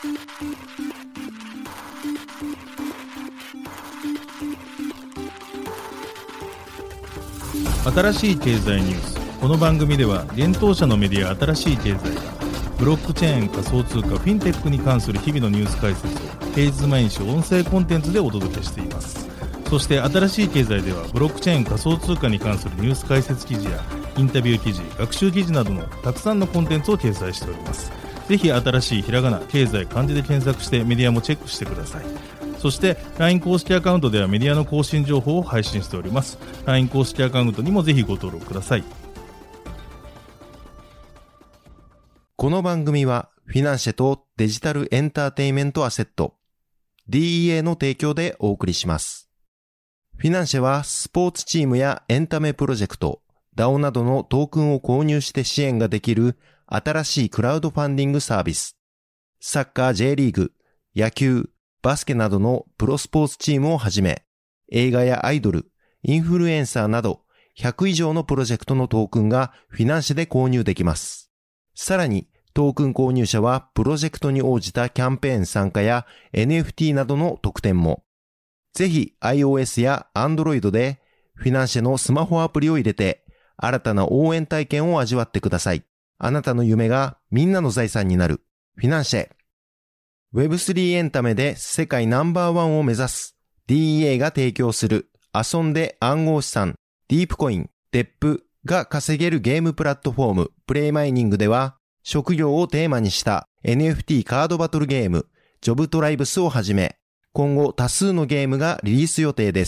新しい経済ニュース。この番組では現当社のメディア新しい経済がブロックチェーン、仮想通貨、フィンテックに関する日々のニュース解説を平日毎日音声コンテンツでお届けしています。そして新しい経済ではブロックチェーン、仮想通貨に関するニュース解説記事やインタビュー記事、学習記事などのたくさんのコンテンツを掲載しております。ぜひ新しいひらがな、経済、漢字で検索してメディアもチェックしてください。そして LINE 公式アカウントではメディアの更新情報を配信しております。 LINE 公式アカウントにもぜひご登録ください。 この番組はフィナンシェとデジタルエンターテイメントアセット DEA の提供でお送りします。フィナンシェはスポーツチームやエンタメプロジェクト、DAO などのトークンを購入して支援ができる新しいクラウドファンディングサービス。サッカー J リーグ、野球、バスケなどのプロスポーツチームをはじめ、映画やアイドル、インフルエンサーなど100以上のプロジェクトのトークンがフィナンシェで購入できます。さらに、トークン購入者はプロジェクトに応じたキャンペーン参加や NFT などの特典も。ぜひ iOS や Android でフィナンシェのスマホアプリを入れて新たな応援体験を味わってください。あなたの夢がみんなの財産になる。フィナンシェ。Web3 エンタメで世界ナンバーワンを目指す DEA が提供する遊んで暗号資産、ディープコイン、DEP が稼げるゲームプラットフォームプレイマイニングでは職業をテーマにした NFT カードバトルゲームジョブトライブスをはじめ今後多数のゲームがリリース予定です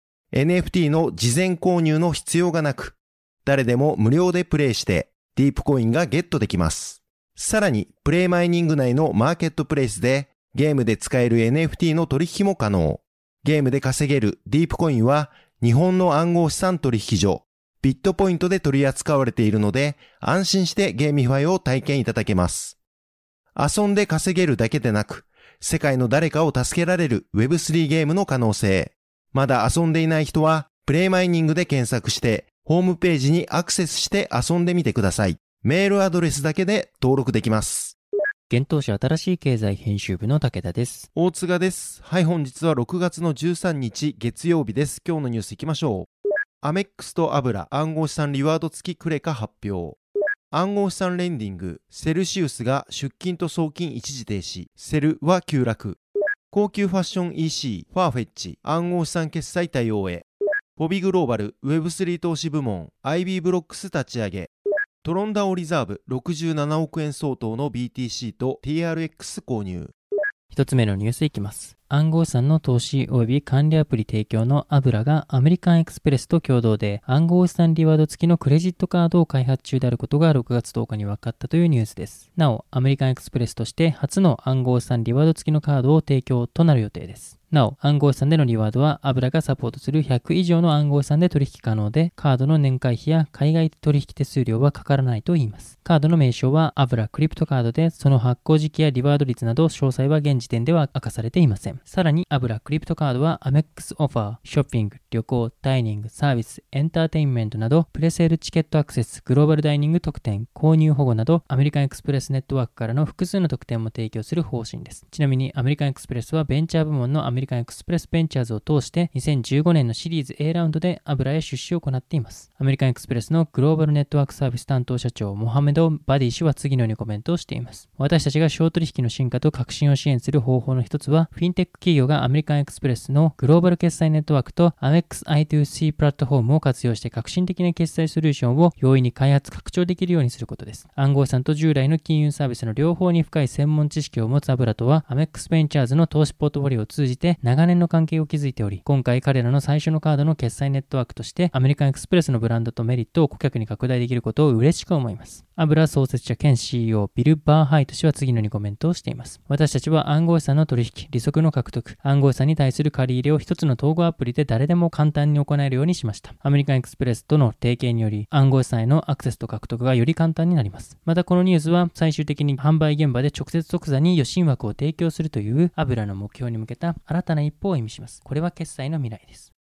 。NFT の事前購入の必要がなく誰でも無料でプレイしてディープコインがゲットできます。さらにプレイマイニング内のマーケットプレイスでゲームで使える NFT の取引も可能。ゲームで稼げるディープコインは日本の暗号資産取引所ビットポイントで取り扱われているので安心してゲーミファイを体験いただけます。遊んで稼げるだけでなく世界の誰かを助けられる Web3 ゲームの可能性。まだ遊んでいない人はプレイマイニングで検索してホームページにアクセスして遊んでみてください。メールアドレスだけで登録できます。 現当社新しい経済編集部の武田です。 大塚です。はい、本日は6月の13日月曜日です。今日のニュースいきましょう。アメックスとアブラ暗号資産リワード付きクレカ発表。暗号資産レンディングセルシウスが出金と送金一時停止、セルは急落。高級ファッション EC ファーフェッチ暗号資産決済対応へ。ボビグローバル Web3 投資部門 IB ブロックス立ち上げ。トロンダオリザーブ67億円相当の BTC と TRX 購入。 一つ目のニュースいきます。暗号資産の投資及び管理アプリ提供のアブラがアメリカンエクスプレスと共同で暗号資産リワード付きのクレジットカードを開発中であることが6月10日に分かったというニュースです。なお、アメリカンエクスプレスとして初の暗号資産リワード付きのカードを提供となる予定です。なお、暗号資産でのリワードはアブラがサポートする100以上の暗号資産で取引可能で、カードの年会費や海外取引手数料はかからないといいます。カードの名称はアブラクリプトカードで、その発行時期やリワード率など詳細は現時点では明かされていません。さらにアブラクリプトカードはアメックスオファー、ショッピング、旅行、ダイニング、サービス、エンターテインメントなどプレセールチケットアクセス、グローバルダイニング特典、購入保護などアメリカンエクスプレスネットワークからの複数の特典も提供する方針です。ちなみにアメリカンエクスプレスはベンチャー部門のアメリカンエクスプレスベンチャーズを通して2015年のシリーズ A ラウンドでアブラへ出資を行っています。アメリカンエクスプレスのグローバルネットワークサービス担当社長モハメド・バディ氏は次のようにコメントをしています。私たちが小取引の進化と革新を支援する方法の一つは、フィンテック企業がアメリカンエクスプレスのグローバル決済ネットワークと Amex I2C プラットフォームを活用して革新的な決済ソリューションを容易に開発・拡張できるようにすることです。暗号資産と従来の金融サービスの両方に深い専門知識を持つアブラとは、Amex ベンチャーズの投資ポートフォリオを通じて長年の関係を築いており、今回彼らの最初のカードの決済ネットワークとしてアメリカンエクスプレスのブランドとメリットを顧客に拡大できることを嬉しく思います。アブラ創設者兼 CEO ビル・バーハイト氏は次のようにコメントをしています。私たちは暗号資産の取引、利息の獲得、暗号資産に対する借り入れを一つの統合アプリで誰でも簡単に行えるようにしました。アメリカンエクスプレスとの提携により暗号資産へのアクセスと獲得がより簡単になります。またこのニュースは最終的に販売現場で直接即座に予診枠を提供するというアブラの目標に向けた新たな一歩を意味します。これは決済の未来です。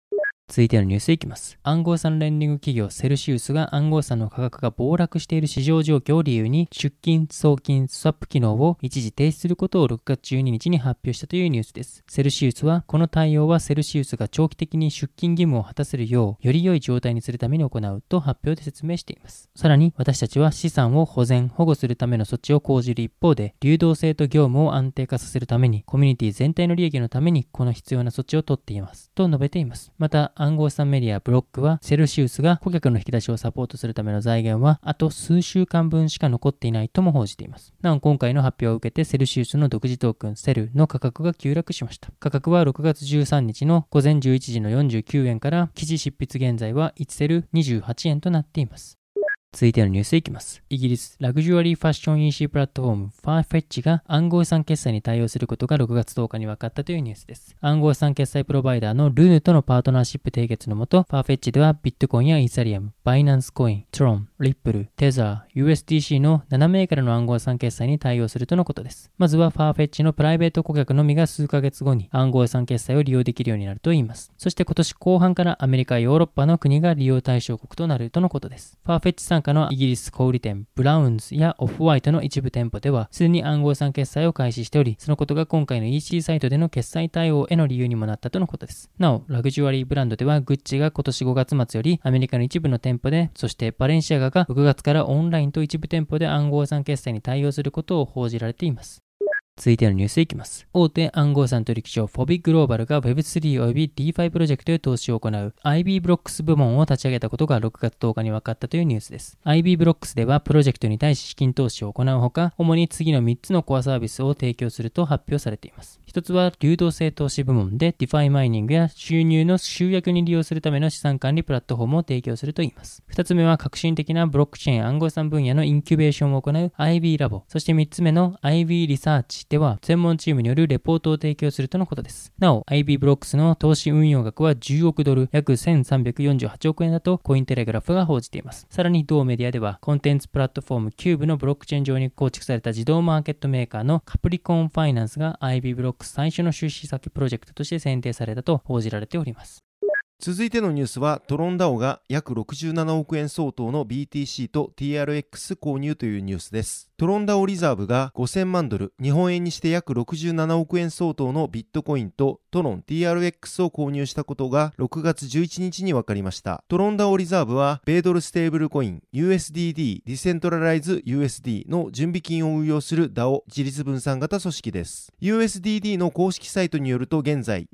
続いてのニュースいきます。暗号資産レンディング企業セルシウスが暗号資産の価格が暴落している市場状況を理由に出金、送金、スワップ機能を一時停止することを6月12日に発表したというニュースです。セルシウスはこの対応はセルシウスが長期的に出金義務を果たせるようより良い状態にするために行うと発表で説明しています。さらに私たちは資産を保全・保護するための措置を講じる一方で流動性と業務を安定化させるためにコミュニティ全体の利益のためにこの必要な措置を取っていますと述べています。また暗号資産メディアブロックはセルシウスが顧客の引き出しをサポートするための財源はあと数週間分しか残っていないとも報じています。なお今回の発表を受けてセルシウスの独自トークンセルの価格が急落しました。価格は6月13日の午前11時の49円から記事執筆現在は1セル28円となっています。続いてのニュースいきます。イギリスラグジュアリーファッション EC プラットフォーム Farfetch が暗号資産決済に対応することが6月10日に分かったというニュースです。暗号資産決済プロバイダーのルヌとのパートナーシップ締結のもと Farfetch ではビットコインやイーサリアム、バイナンスコイン、トロン、リップル、テザー、USDC の7銘柄の暗号資産決済に対応するとのことです。まずは Farfetch のプライベート顧客のみが数ヶ月後に暗号資産決済を利用できるようになるといいます。そして今年後半からアメリカ、ヨーロッパの国が利用対象国となるとのことです。Farfetch 傘下のイギリス小売店ブラウンズやオフホワイトの一部店舗ではすでに暗号資産決済を開始しており、そのことが今回の EC サイトでの決済対応への理由にもなったとのことです。なおラグジュアリーブランドではグッチが今年5月末よりアメリカの一部の店舗で、そしてバレンシアガが6月からオンラインと一部店舗で暗号資産決済に対応することを報じられています。続いてのニュースいきます。大手暗号資産取引所フォビグローバルが Web3 および DeFi プロジェクトへ投資を行う IB ブロックス部門を立ち上げたことが6月10日に分かったというニュースです。IB ブロックスではプロジェクトに対し資金投資を行うほか、主に次の3つのコアサービスを提供すると発表されています。一つは流動性投資部門で DeFi マイニングや収入の集約に利用するための資産管理プラットフォームを提供するといいます。二つ目は革新的なブロックチェーン暗号資産分野のインキュベーションを行う IB ラボ。そして三つ目の IB リサーチでは専門チームによるレポートを提供するとのことです。なお IB ブロックスの投資運用額は10億ドル約1348億円だとコインテレグラフが報じています。さらに同メディアではコンテンツプラットフォームキューブのブロックチェーン上に構築された自動マーケットメーカーのカプリコンファイナンスが IB ブロックス最初の出資先プロジェクトとして選定されたと報じられております。 続いてのニュースはトロン DAO が約67億円相当の BTC と TRX 購入というニュースです。トロン DAO リザーブが5000万ドル、日本円にして約67億円相当のビットコインとトロン TRX を購入したことが6月11日に分かりました。トロン DAO リザーブは米ドルステーブルコイン USDD ディセントラライズ USD の準備金を運用する DAO 自立分散型組織です。USDD の公式サイトによると現在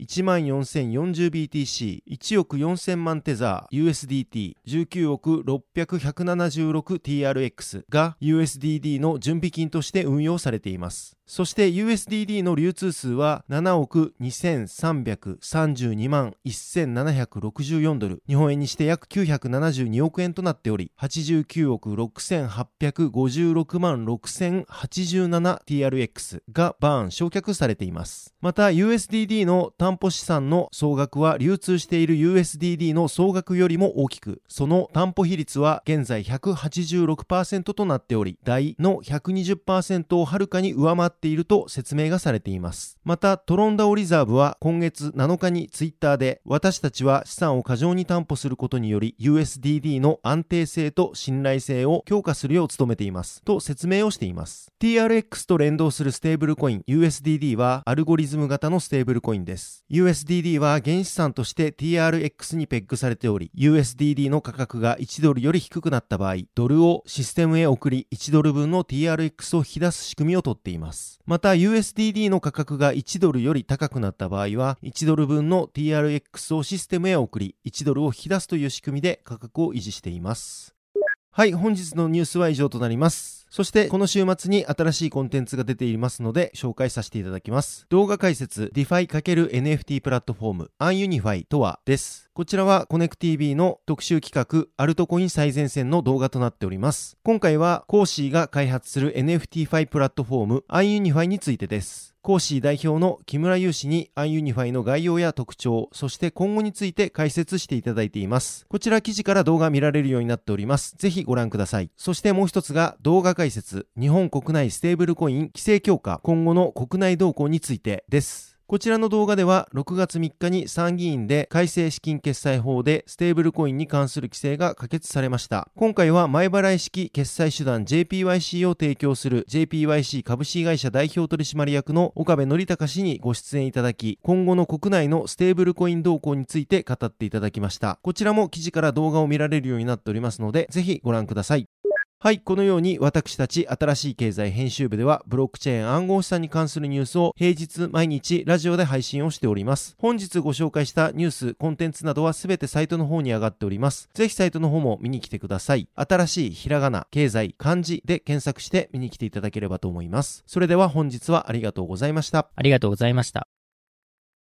14,040BTC、1億4000万テザー USDT、19億600,176TRX が USDD の準備金として運用されています。そして USDD の流通数は7億2332万1764ドル、日本円にして約972億円となっており、89億6856万6087TRX がバーン償却されています。また USDD の担保資産の総額は流通している USDD の総額よりも大きく、その担保比率は現在 186% となっており、大の 120% をはるかに上回っていると説明がされています。またトロン DAO リザーブは今月7日にツイッターで、私たちは資産を過剰に担保することにより USDD の安定性と信頼性を強化するよう努めていますと説明をしています。 TRX と連動するステーブルコイン USDD はアルゴリズム型のステーブルコインです。 USDD は原資産として TRX にペッグされており、 USDD の価格が1ドルより低くなった場合、ドルをシステムへ送り1ドル分の TRX を引き出す仕組みをとっています。また USDD の価格が1ドルより高くなった場合は1ドル分の TRX をシステムへ送り1ドルを引き出すという仕組みで価格を維持しています。はい、本日のニュースは以上となります。そしてこの週末に新しいコンテンツが出ていますので紹介させていただきます。動画解説 DeFi×NFT プラットフォーム Unify とはです。こちらはコネク TV の特集企画アルトコイン最前線の動画となっております。今回はコーシーが開発する NFT ファイプラットフォーム Unify についてです。コーシー代表の木村祐氏に Unify の概要や特徴、そして今後について解説していただいています。こちら記事から動画見られるようになっております。ぜひご覧ください。そしてもう一つが動画解説日本国内ステーブルコイン規制強化今後の国内動向についてです。 こちらの動画では6月3日に参議院で改正資金決済法でステーブルコインに関する規制が可決されました。今回は前払い式決済手段 JPYC を提供する JPYC 株式会社代表取締役の岡部則孝氏にご出演いただき、今後の国内のステーブルコイン動向について語っていただきました。こちらも記事から動画を見られるようになっておりますので、ぜひご覧ください。はい、このように私たち新しい経済編集部ではブロックチェーン暗号資産に関するニュースを平日毎日ラジオで配信をしております。本日ご紹介したニュース、コンテンツなどはすべてサイトの方に上がっております。ぜひサイトの方も見に来てください。新しいひらがな、経済、漢字で検索して見に来ていただければと思います。それでは本日はありがとうございました。 ありがとうございました。